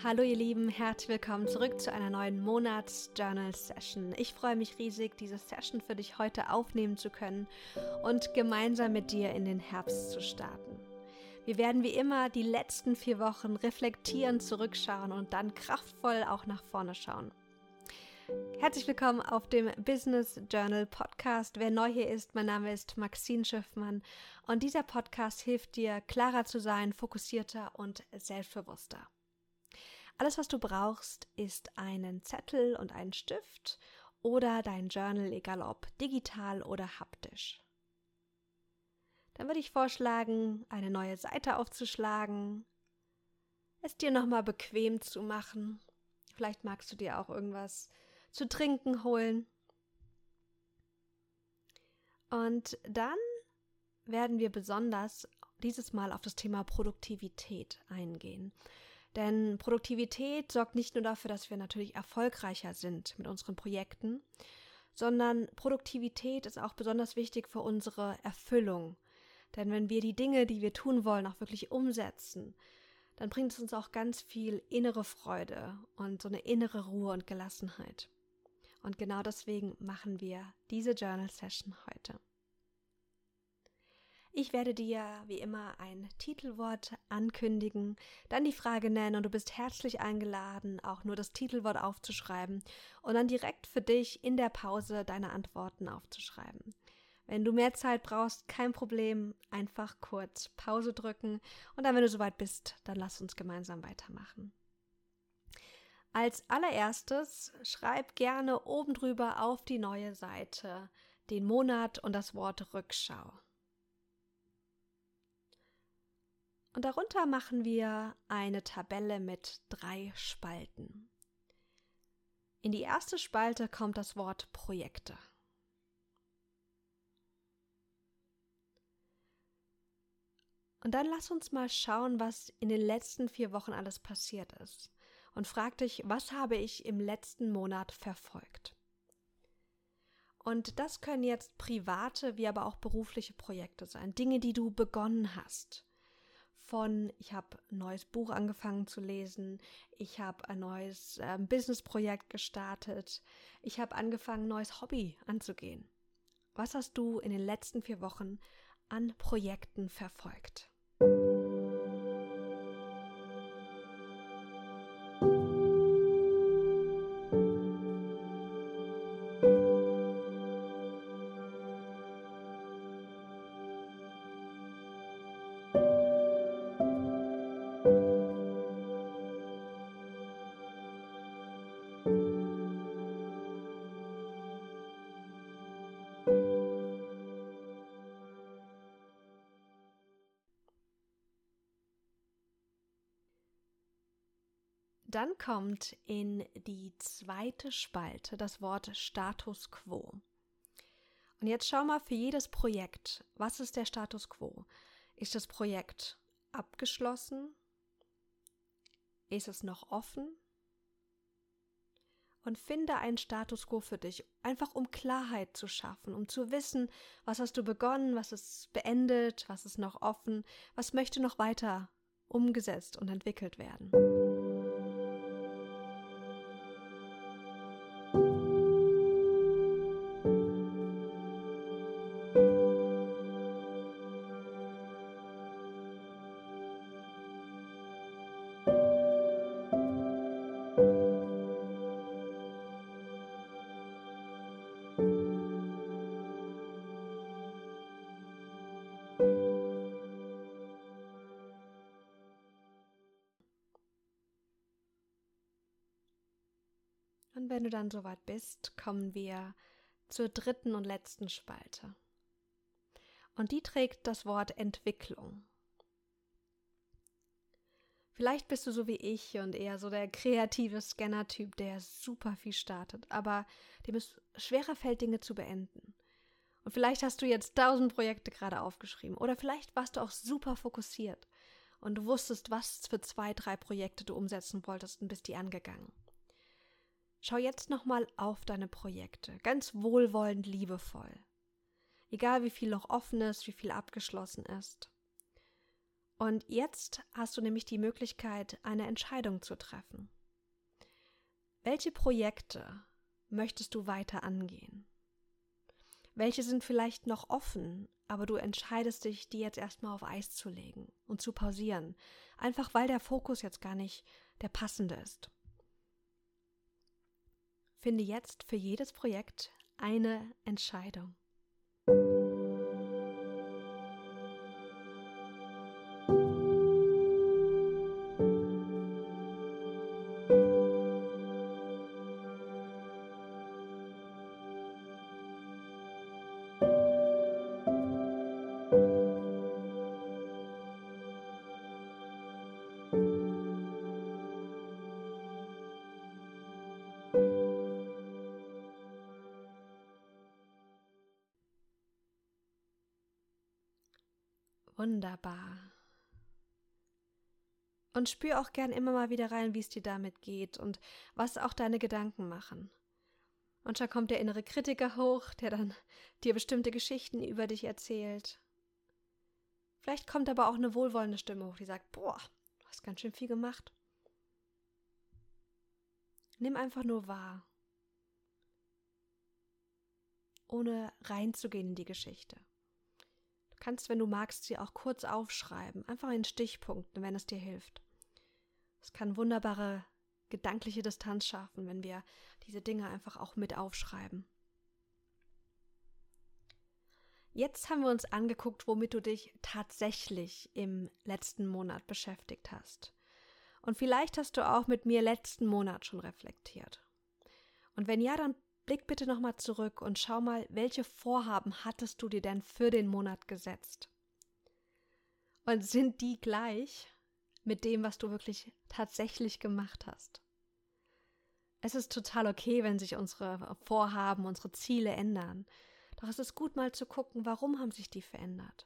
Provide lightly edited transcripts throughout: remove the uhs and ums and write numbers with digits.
Hallo ihr Lieben, herzlich willkommen zurück zu einer neuen Monats-Journal-Session. Ich freue mich riesig, diese Session für dich heute aufnehmen zu können und gemeinsam mit dir in den Herbst zu starten. Wir werden wie immer die letzten 4 Wochen reflektieren, zurückschauen und dann kraftvoll auch nach vorne schauen. Herzlich willkommen auf dem Business Journal Podcast. Wer neu hier ist, mein Name ist Maxine Schiffmann und dieser Podcast hilft dir, klarer zu sein, fokussierter und selbstbewusster. Alles, was du brauchst, ist einen Zettel und einen Stift oder dein Journal, egal ob digital oder haptisch. Dann würde ich vorschlagen, eine neue Seite aufzuschlagen, es dir nochmal bequem zu machen. Vielleicht magst du dir auch irgendwas zu trinken holen. Und dann werden wir besonders dieses Mal auf das Thema Produktivität eingehen. Denn Produktivität sorgt nicht nur dafür, dass wir natürlich erfolgreicher sind mit unseren Projekten, sondern Produktivität ist auch besonders wichtig für unsere Erfüllung. Denn wenn wir die Dinge, die wir tun wollen, auch wirklich umsetzen, dann bringt es uns auch ganz viel innere Freude und so eine innere Ruhe und Gelassenheit. Und genau deswegen machen wir diese Journal Session heute. Ich werde dir wie immer ein Titelwort ankündigen, dann die Frage nennen und du bist herzlich eingeladen, auch nur das Titelwort aufzuschreiben und dann direkt für dich in der Pause deine Antworten aufzuschreiben. Wenn du mehr Zeit brauchst, kein Problem, einfach kurz Pause drücken und dann, wenn du soweit bist, dann lass uns gemeinsam weitermachen. Als allererstes schreib gerne oben drüber auf die neue Seite den Monat und das Wort Rückschau. Und darunter machen wir eine Tabelle mit 3 Spalten. In die erste Spalte kommt das Wort Projekte. Und dann lass uns mal schauen, was in den letzten 4 Wochen alles passiert ist. Und frag dich, was habe ich im letzten Monat verfolgt? Und das können jetzt private wie aber auch berufliche Projekte sein. Dinge, die du begonnen hast. Ich habe ein neues Buch angefangen zu lesen, ich habe ein neues Businessprojekt gestartet, ich habe angefangen, ein neues Hobby anzugehen. Was hast du in den letzten 4 Wochen an Projekten verfolgt? Dann kommt in die zweite Spalte das Wort Status Quo. Und jetzt schau mal für jedes Projekt, was ist der Status Quo? Ist das Projekt abgeschlossen? Ist es noch offen? Und finde einen Status Quo für dich, einfach um Klarheit zu schaffen, um zu wissen, was hast du begonnen, was ist beendet, was ist noch offen, was möchte noch weiter umgesetzt und entwickelt werden. Und wenn du dann soweit bist, kommen wir zur dritten und letzten Spalte. Und die trägt das Wort Entwicklung. Vielleicht bist du so wie ich und eher so der kreative Scanner-Typ, der super viel startet, aber dem es schwerer fällt, Dinge zu beenden. Und vielleicht hast du jetzt 1000 Projekte gerade aufgeschrieben oder vielleicht warst du auch super fokussiert und du wusstest, was für 2, 3 Projekte du umsetzen wolltest und bist die angegangen. Schau jetzt nochmal auf deine Projekte, ganz wohlwollend, liebevoll. Egal wie viel noch offen ist, wie viel abgeschlossen ist. Und jetzt hast du nämlich die Möglichkeit, eine Entscheidung zu treffen. Welche Projekte möchtest du weiter angehen? Welche sind vielleicht noch offen, aber du entscheidest dich, die jetzt erstmal auf Eis zu legen und zu pausieren, einfach weil der Fokus jetzt gar nicht der passende ist. Finde jetzt für jedes Projekt eine Entscheidung. Wunderbar. Und spür auch gern immer mal wieder rein, wie es dir damit geht und was auch deine Gedanken machen. Und schon kommt der innere Kritiker hoch, der dann dir bestimmte Geschichten über dich erzählt. Vielleicht kommt aber auch eine wohlwollende Stimme hoch, die sagt, boah, du hast ganz schön viel gemacht. Nimm einfach nur wahr, ohne reinzugehen in die Geschichte. Du kannst, wenn du magst, sie auch kurz aufschreiben, einfach in Stichpunkten, wenn es dir hilft. Es kann wunderbare gedankliche Distanz schaffen, wenn wir diese Dinge einfach auch mit aufschreiben. Jetzt haben wir uns angeguckt, womit du dich tatsächlich im letzten Monat beschäftigt hast. Und vielleicht hast du auch mit mir letzten Monat schon reflektiert. Und wenn ja, dann blick bitte nochmal zurück und schau mal, welche Vorhaben hattest du dir denn für den Monat gesetzt? Und sind die gleich mit dem, was du wirklich tatsächlich gemacht hast? Es ist total okay, wenn sich unsere Vorhaben, unsere Ziele ändern. Doch es ist gut, mal zu gucken, warum haben sich die verändert?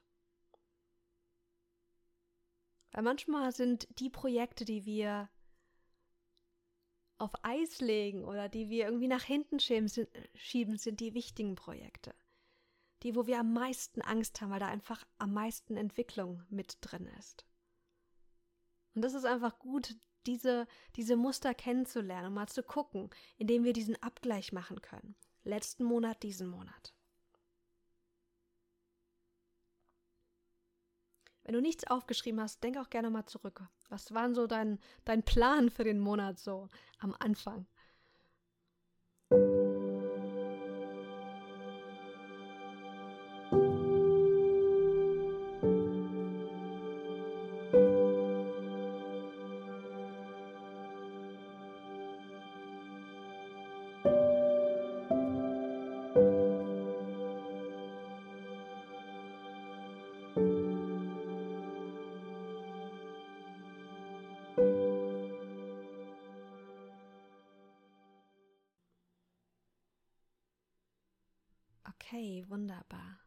Weil manchmal sind die Projekte, die wir auf Eis legen oder die wir irgendwie nach hinten schieben, sind die wichtigen Projekte. Die, wo wir am meisten Angst haben, weil da einfach am meisten Entwicklung mit drin ist. Und das ist einfach gut, diese Muster kennenzulernen und mal zu gucken, indem wir diesen Abgleich machen können. Letzten Monat, diesen Monat. Wenn du nichts aufgeschrieben hast, denk auch gerne mal zurück. Was war so dein Plan für den Monat so am Anfang? Okay, wunderbar.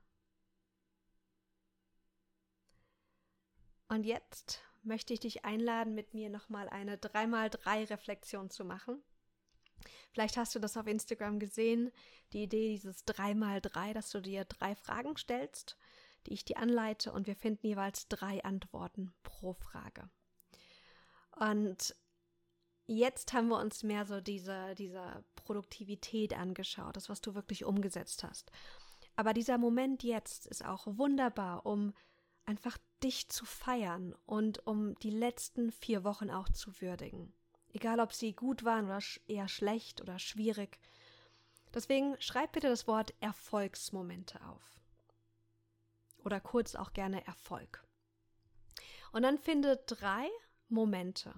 Und jetzt möchte ich dich einladen, mit mir nochmal eine 3x3-Reflexion zu machen. Vielleicht hast du das auf Instagram gesehen, die Idee dieses 3x3, dass du dir 3 Fragen stellst, die ich dir anleite und wir finden jeweils 3 Antworten pro Frage. Und jetzt haben wir uns mehr so diese Produktivität angeschaut, das, was du wirklich umgesetzt hast. Aber dieser Moment jetzt ist auch wunderbar, um einfach dich zu feiern und um die letzten 4 Wochen auch zu würdigen. Egal, ob sie gut waren oder eher schlecht oder schwierig. Deswegen schreib bitte das Wort Erfolgsmomente auf. Oder kurz auch gerne Erfolg. Und dann finde 3 Momente,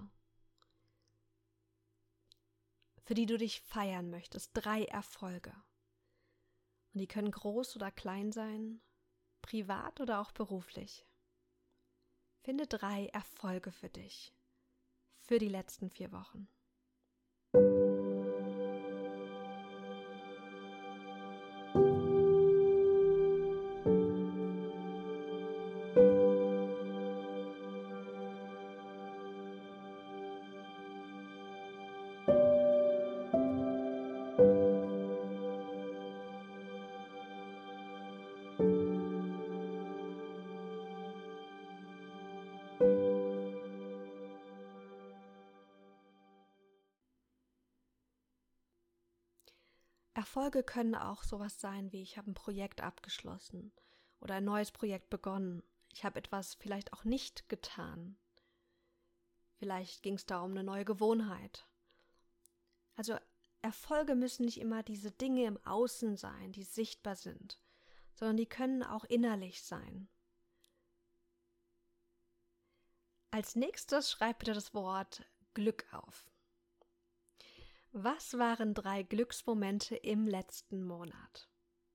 für die du dich feiern möchtest. 3 Erfolge. Und die können groß oder klein sein, privat oder auch beruflich. Finde 3 Erfolge für dich, für die letzten 4 Wochen. Erfolge können auch sowas sein wie: Ich habe ein Projekt abgeschlossen oder ein neues Projekt begonnen. Ich habe etwas vielleicht auch nicht getan. Vielleicht ging es da um eine neue Gewohnheit. Also Erfolge müssen nicht immer diese Dinge im Außen sein, die sichtbar sind, sondern die können auch innerlich sein. Als nächstes schreib bitte das Wort Glück auf. Was waren 3 Glücksmomente im letzten Monat?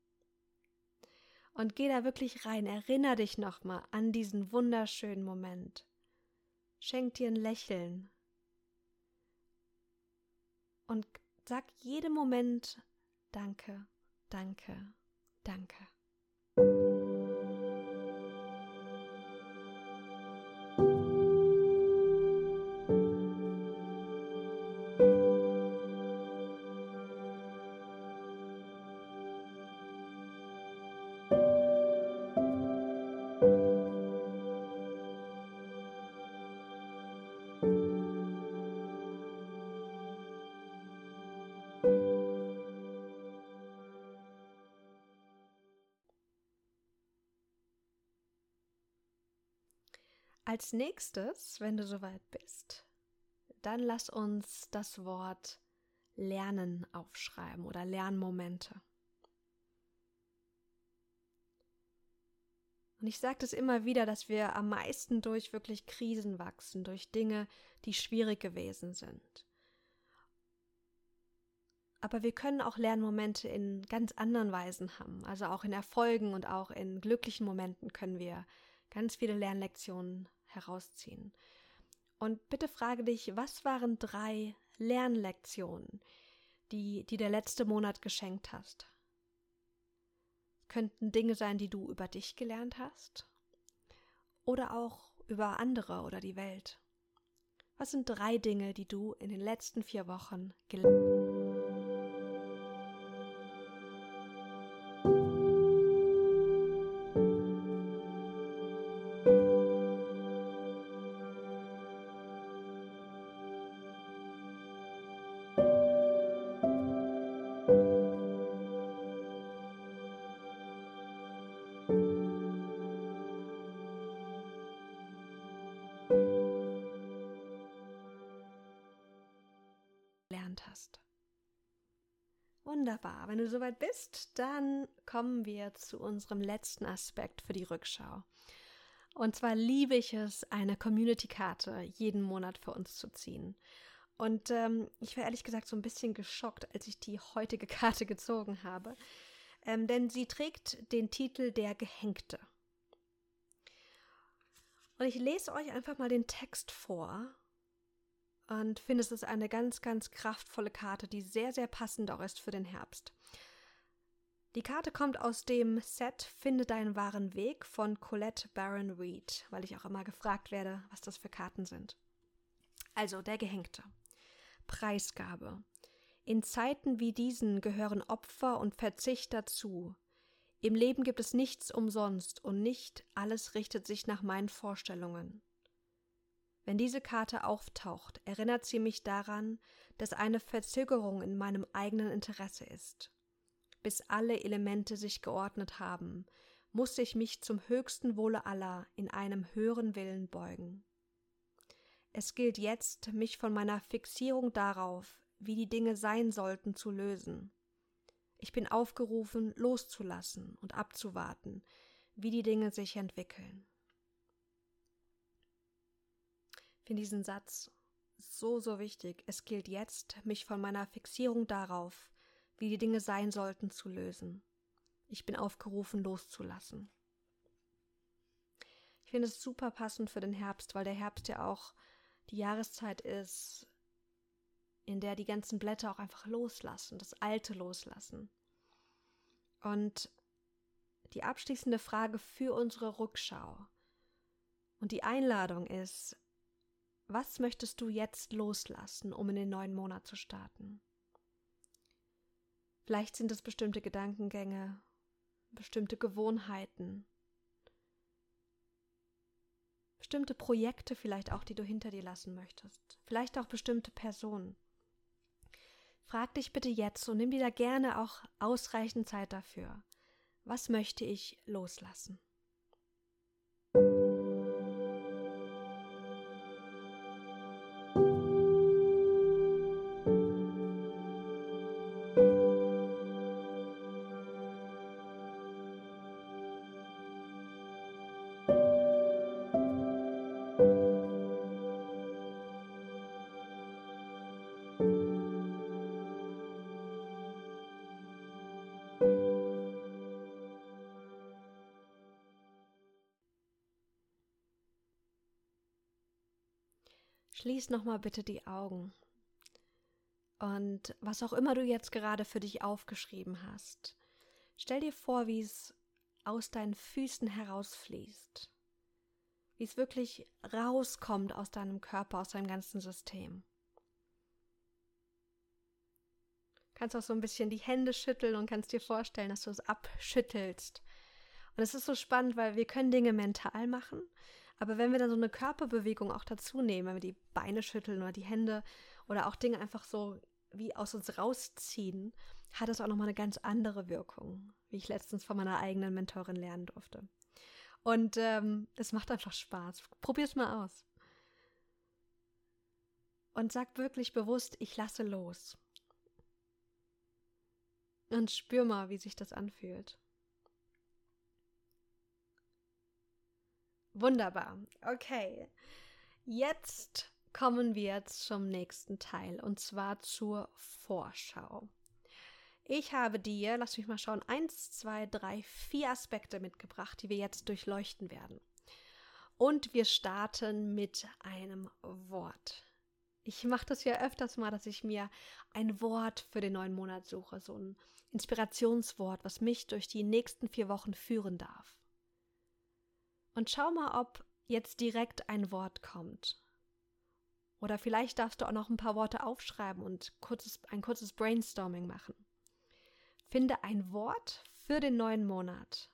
Und geh da wirklich rein, erinnere dich nochmal an diesen wunderschönen Moment. Schenk dir ein Lächeln und sag jedem Moment Danke, danke, danke. Als nächstes, wenn du soweit bist, dann lass uns das Wort Lernen aufschreiben oder Lernmomente. Und ich sage das immer wieder, dass wir am meisten durch wirklich Krisen wachsen, durch Dinge, die schwierig gewesen sind. Aber wir können auch Lernmomente in ganz anderen Weisen haben. Also auch in Erfolgen und auch in glücklichen Momenten können wir ganz viele Lernlektionen herausziehen. Und bitte frage dich, was waren 3 Lernlektionen, die der letzte Monat geschenkt hast? Könnten Dinge sein, die du über dich gelernt hast oder auch über andere oder die Welt. Was sind 3 Dinge, die du in den letzten 4 Wochen gelernt hast? Wunderbar, wenn du soweit bist, dann kommen wir zu unserem letzten Aspekt für die Rückschau. Und zwar liebe ich es, eine Community-Karte jeden Monat für uns zu ziehen. Und ich war ehrlich gesagt so ein bisschen geschockt, als ich die heutige Karte gezogen habe, denn sie trägt den Titel Der Gehängte. Und ich lese euch einfach mal den Text vor und finde, es ist eine ganz, ganz kraftvolle Karte, die sehr, sehr passend auch ist für den Herbst. Die Karte kommt aus dem Set Finde deinen wahren Weg von Colette Baron Reid, weil ich auch immer gefragt werde, was das für Karten sind. Also, der Gehängte. Preisgabe. In Zeiten wie diesen gehören Opfer und Verzicht dazu. Im Leben gibt es nichts umsonst und nicht alles richtet sich nach meinen Vorstellungen. Wenn diese Karte auftaucht, erinnert sie mich daran, dass eine Verzögerung in meinem eigenen Interesse ist. Bis alle Elemente sich geordnet haben, muss ich mich zum höchsten Wohle aller in einem höheren Willen beugen. Es gilt jetzt, mich von meiner Fixierung darauf, wie die Dinge sein sollten, zu lösen. Ich bin aufgerufen, loszulassen und abzuwarten, wie die Dinge sich entwickeln. Ich finde diesen Satz so, so wichtig. Es gilt jetzt, mich von meiner Fixierung darauf, wie die Dinge sein sollten, zu lösen. Ich bin aufgerufen, loszulassen. Ich finde es super passend für den Herbst, weil der Herbst ja auch die Jahreszeit ist, in der die ganzen Blätter auch einfach loslassen, das Alte loslassen. Und die abschließende Frage für unsere Rückschau und die Einladung ist: Was möchtest du jetzt loslassen, um in den neuen Monat zu starten? Vielleicht sind es bestimmte Gedankengänge, bestimmte Gewohnheiten, bestimmte Projekte vielleicht auch, die du hinter dir lassen möchtest. Vielleicht auch bestimmte Personen. Frag dich bitte jetzt und nimm dir da gerne auch ausreichend Zeit dafür. Was möchte ich loslassen? Schließ nochmal bitte die Augen. Und was auch immer du jetzt gerade für dich aufgeschrieben hast, stell dir vor, wie es aus deinen Füßen herausfließt. Wie es wirklich rauskommt aus deinem Körper, aus deinem ganzen System. Du kannst auch so ein bisschen die Hände schütteln und kannst dir vorstellen, dass du es abschüttelst. Und es ist so spannend, weil wir können Dinge mental machen, aber wenn wir dann so eine Körperbewegung auch dazu nehmen, wenn wir die Beine schütteln oder die Hände oder auch Dinge einfach so wie aus uns rausziehen, hat es auch nochmal eine ganz andere Wirkung, wie ich letztens von meiner eigenen Mentorin lernen durfte. Und es macht einfach Spaß. Probier es mal aus. Und sag wirklich bewusst, ich lasse los. Und spür mal, wie sich das anfühlt. Wunderbar. Okay. Jetzt kommen wir zum nächsten Teil und zwar zur Vorschau. Ich habe dir, lass mich mal schauen, 1, 2, 3, 4 Aspekte mitgebracht, die wir jetzt durchleuchten werden. Und wir starten mit einem Wort. Ich mache das ja öfters mal, dass ich mir ein Wort für den neuen Monat suche, so ein Inspirationswort, was mich durch die nächsten 4 Wochen führen darf. Und schau mal, ob jetzt direkt ein Wort kommt. Oder vielleicht darfst du auch noch ein paar Worte aufschreiben und ein kurzes Brainstorming machen. Finde ein Wort für den neuen Monat.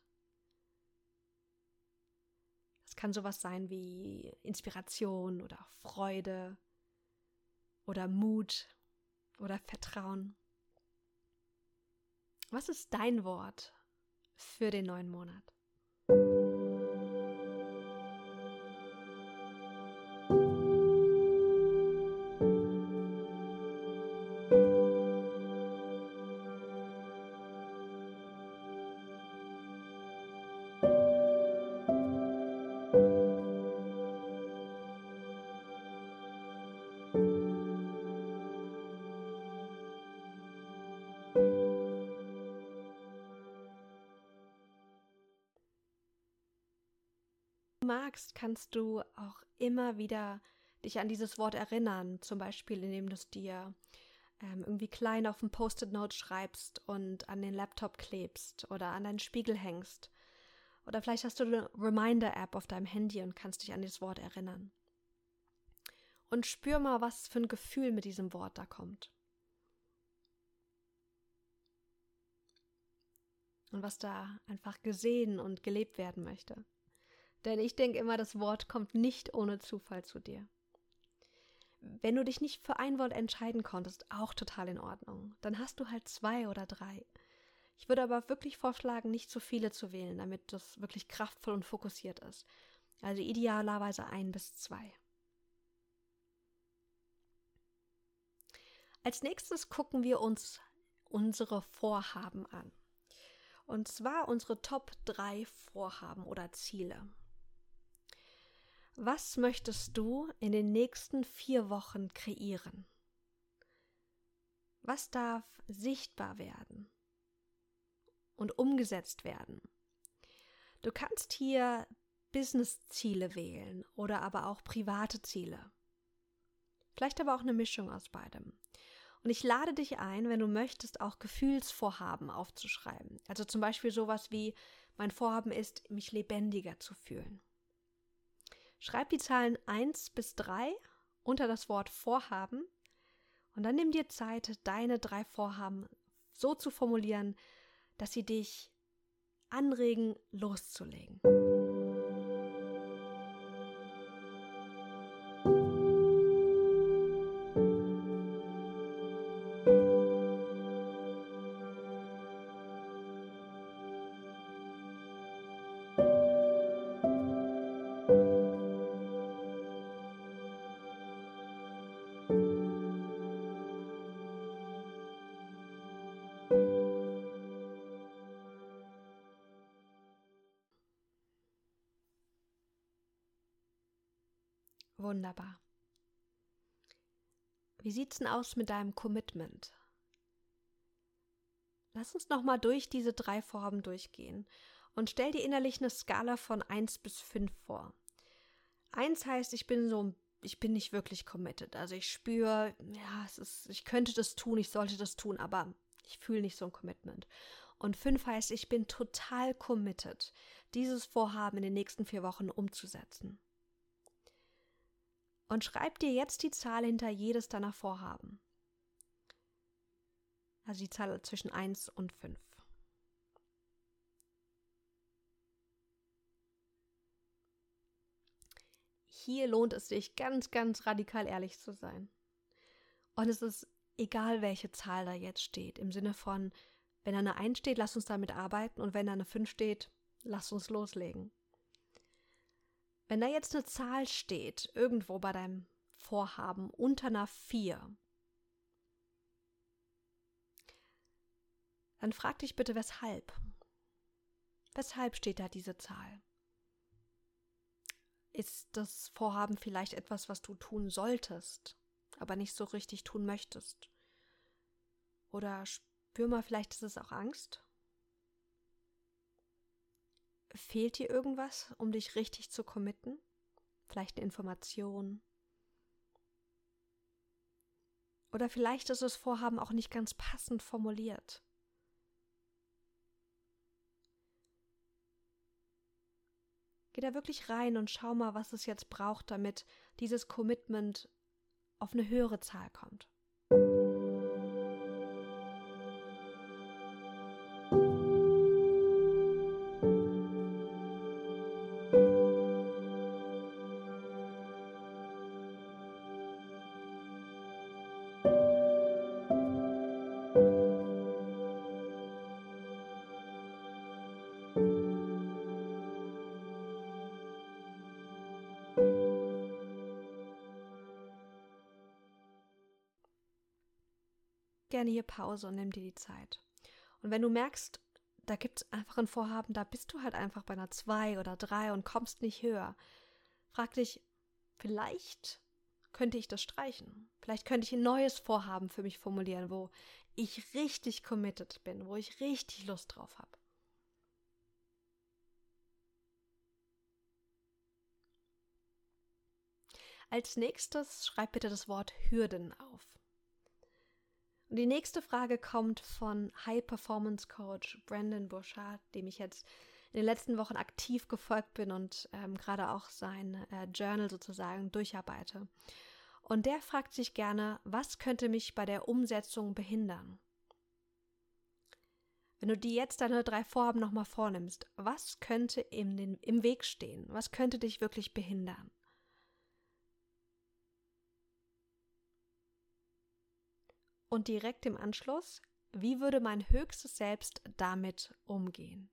Das kann sowas sein wie Inspiration oder Freude oder Mut oder Vertrauen. Was ist dein Wort für den neuen Monat? Magst, kannst du auch immer wieder dich an dieses Wort erinnern, zum Beispiel indem du es dir irgendwie klein auf ein Post-it-Note schreibst und an den Laptop klebst oder an deinen Spiegel hängst. Oder vielleicht hast du eine Reminder-App auf deinem Handy und kannst dich an dieses Wort erinnern. Und spür mal, was für ein Gefühl mit diesem Wort da kommt. Und was da einfach gesehen und gelebt werden möchte. Denn ich denke immer, das Wort kommt nicht ohne Zufall zu dir. Wenn du dich nicht für ein Wort entscheiden konntest, auch total in Ordnung. Dann hast du halt 2 oder 3. Ich würde aber wirklich vorschlagen, nicht zu viele zu wählen, damit das wirklich kraftvoll und fokussiert ist. Also idealerweise 1 bis 2. Als nächstes gucken wir uns unsere Vorhaben an. Und zwar unsere Top 3 Vorhaben oder Ziele. Was möchtest du in den nächsten 4 Wochen kreieren? Was darf sichtbar werden und umgesetzt werden? Du kannst hier Business-Ziele wählen oder aber auch private Ziele. Vielleicht aber auch eine Mischung aus beidem. Und ich lade dich ein, wenn du möchtest, auch Gefühlsvorhaben aufzuschreiben. Also zum Beispiel sowas wie, mein Vorhaben ist, mich lebendiger zu fühlen. Schreib die Zahlen 1 bis 3 unter das Wort Vorhaben und dann nimm dir Zeit, deine 3 Vorhaben so zu formulieren, dass sie dich anregen, loszulegen. Wunderbar. Wie sieht's denn aus mit deinem Commitment? Lass uns nochmal durch diese 3 Vorhaben durchgehen und stell dir innerlich eine Skala von 1 bis 5 vor. 1 heißt, ich bin nicht wirklich committed. Also ich spüre, ja, ich könnte das tun, ich sollte das tun, aber ich fühle nicht so ein Commitment. Und 5 heißt, ich bin total committed, dieses Vorhaben in den nächsten 4 Wochen umzusetzen. Und schreib dir jetzt die Zahl hinter jedes deiner Vorhaben. Also die Zahl zwischen 1 und 5. Hier lohnt es sich, ganz, ganz radikal ehrlich zu sein. Und es ist egal, welche Zahl da jetzt steht. Im Sinne von, wenn da eine 1 steht, lass uns damit arbeiten. Und wenn da eine 5 steht, lass uns loslegen. Wenn da jetzt eine Zahl steht, irgendwo bei deinem Vorhaben, unter einer 4, dann frag dich bitte, weshalb? Weshalb steht da diese Zahl? Ist das Vorhaben vielleicht etwas, was du tun solltest, aber nicht so richtig tun möchtest? Oder spür mal, vielleicht ist es auch Angst? Fehlt dir irgendwas, um dich richtig zu committen? Vielleicht eine Information? Oder vielleicht ist das Vorhaben auch nicht ganz passend formuliert. Geh da wirklich rein und schau mal, was es jetzt braucht, damit dieses Commitment auf eine höhere Zahl kommt. Gerne hier Pause und nimm dir die Zeit. Und wenn du merkst, da gibt es einfach ein Vorhaben, da bist du halt einfach bei einer 2 oder 3 und kommst nicht höher, frag dich, vielleicht könnte ich das streichen. Vielleicht könnte ich ein neues Vorhaben für mich formulieren, wo ich richtig committed bin, wo ich richtig Lust drauf habe. Als nächstes schreib bitte das Wort Hürden auf. Und die nächste Frage kommt von High-Performance-Coach Brendon Burchard, dem ich jetzt in den letzten Wochen aktiv gefolgt bin und gerade auch sein Journal sozusagen durcharbeite. Und der fragt sich gerne, was könnte mich bei der Umsetzung behindern? Wenn du dir jetzt deine 3 Vorhaben nochmal vornimmst, was könnte im Weg stehen? Was könnte dich wirklich behindern? Und direkt im Anschluss, wie würde mein höchstes Selbst damit umgehen?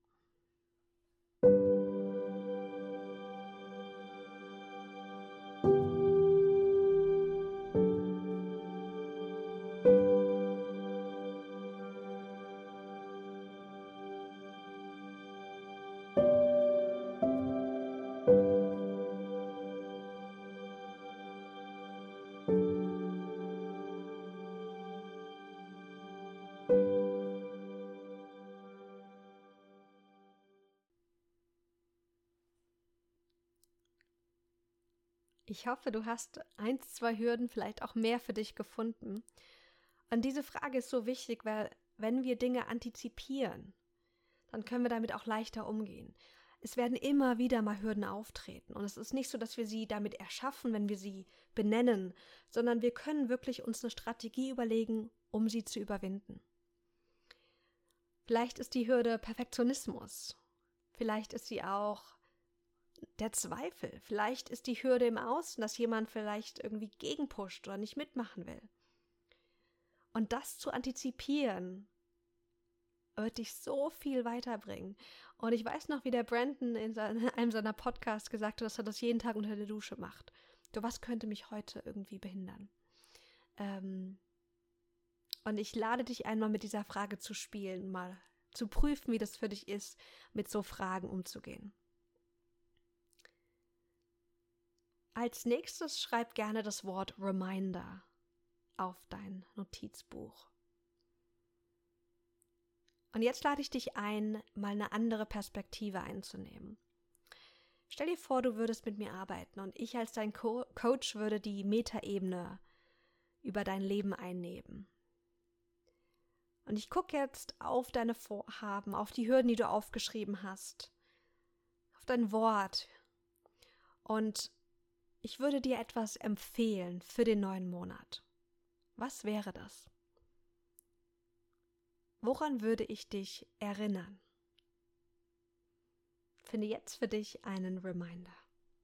Ich hoffe, du hast 1, 2 Hürden, vielleicht auch mehr für dich gefunden. Und diese Frage ist so wichtig, weil wenn wir Dinge antizipieren, dann können wir damit auch leichter umgehen. Es werden immer wieder mal Hürden auftreten und es ist nicht so, dass wir sie damit erschaffen, wenn wir sie benennen, sondern wir können wirklich uns eine Strategie überlegen, um sie zu überwinden. Vielleicht ist die Hürde Perfektionismus. Vielleicht ist sie auch der Zweifel. Vielleicht ist die Hürde im Außen, dass jemand vielleicht irgendwie gegenpusht oder nicht mitmachen will. Und das zu antizipieren, wird dich so viel weiterbringen. Und ich weiß noch, wie der Brandon in einem seiner Podcasts gesagt hat, dass er das jeden Tag unter der Dusche macht. Du, was könnte mich heute irgendwie behindern? Und ich lade dich einmal mit dieser Frage zu spielen, mal zu prüfen, wie das für dich ist, mit so Fragen umzugehen. Als nächstes schreib gerne das Wort Reminder auf dein Notizbuch. Und jetzt lade ich dich ein, mal eine andere Perspektive einzunehmen. Stell dir vor, du würdest mit mir arbeiten und ich als dein Coach würde die Metaebene über dein Leben einnehmen. Und ich gucke jetzt auf deine Vorhaben, auf die Hürden, die du aufgeschrieben hast, auf dein Wort. Und ich würde dir etwas empfehlen für den neuen Monat. Was wäre das? Woran würde ich dich erinnern? Finde jetzt für dich einen Reminder.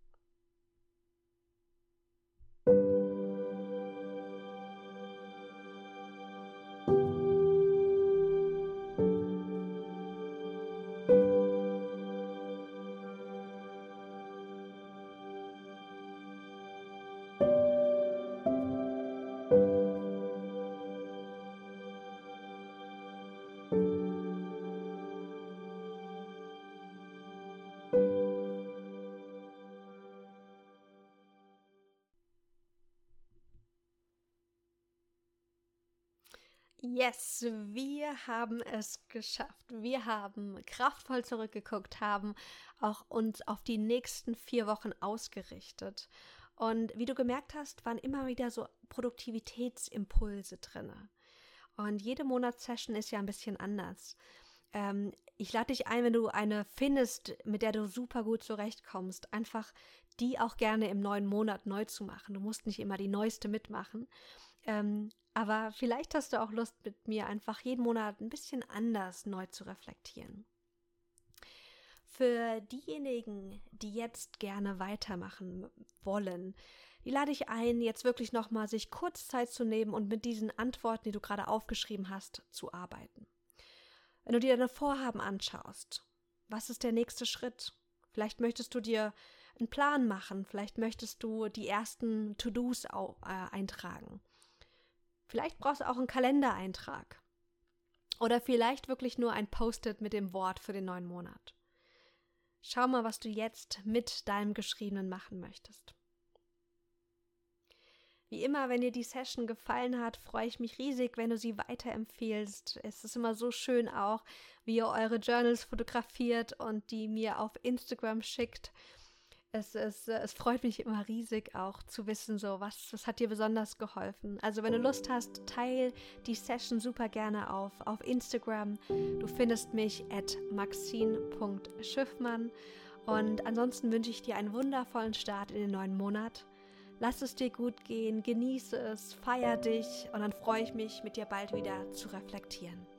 Yes, wir haben es geschafft. Wir haben kraftvoll zurückgeguckt, haben auch uns auf die nächsten 4 Wochen ausgerichtet. Und wie du gemerkt hast, waren immer wieder so Produktivitätsimpulse drin. Und jede Monatssession ist ja ein bisschen anders. Ich lade dich ein, wenn du eine findest, mit der du super gut zurechtkommst, einfach die auch gerne im neuen Monat neu zu machen. Du musst nicht immer die neueste mitmachen. Aber vielleicht hast du auch Lust, mit mir einfach jeden Monat ein bisschen anders neu zu reflektieren. Für diejenigen, die jetzt gerne weitermachen wollen, die lade ich ein, jetzt wirklich nochmal sich kurz Zeit zu nehmen und mit diesen Antworten, die du gerade aufgeschrieben hast, zu arbeiten. Wenn du dir deine Vorhaben anschaust, was ist der nächste Schritt? Vielleicht möchtest du dir einen Plan machen, vielleicht möchtest du die ersten To-Dos eintragen. Vielleicht brauchst du auch einen Kalendereintrag oder vielleicht wirklich nur ein Post-it mit dem Wort für den neuen Monat. Schau mal, was du jetzt mit deinem Geschriebenen machen möchtest. Wie immer, wenn dir die Session gefallen hat, freue ich mich riesig, wenn du sie weiterempfehlst. Es ist immer so schön auch, wie ihr eure Journals fotografiert und die mir auf Instagram schickt. Es freut mich immer riesig auch zu wissen, so was hat dir besonders geholfen. Also wenn du Lust hast, teil die Session super gerne auf Instagram. Du findest mich @maxine.schiffmann. Und ansonsten wünsche ich dir einen wundervollen Start in den neuen Monat. Lass es dir gut gehen, genieße es, feier dich und dann freue ich mich, mit dir bald wieder zu reflektieren.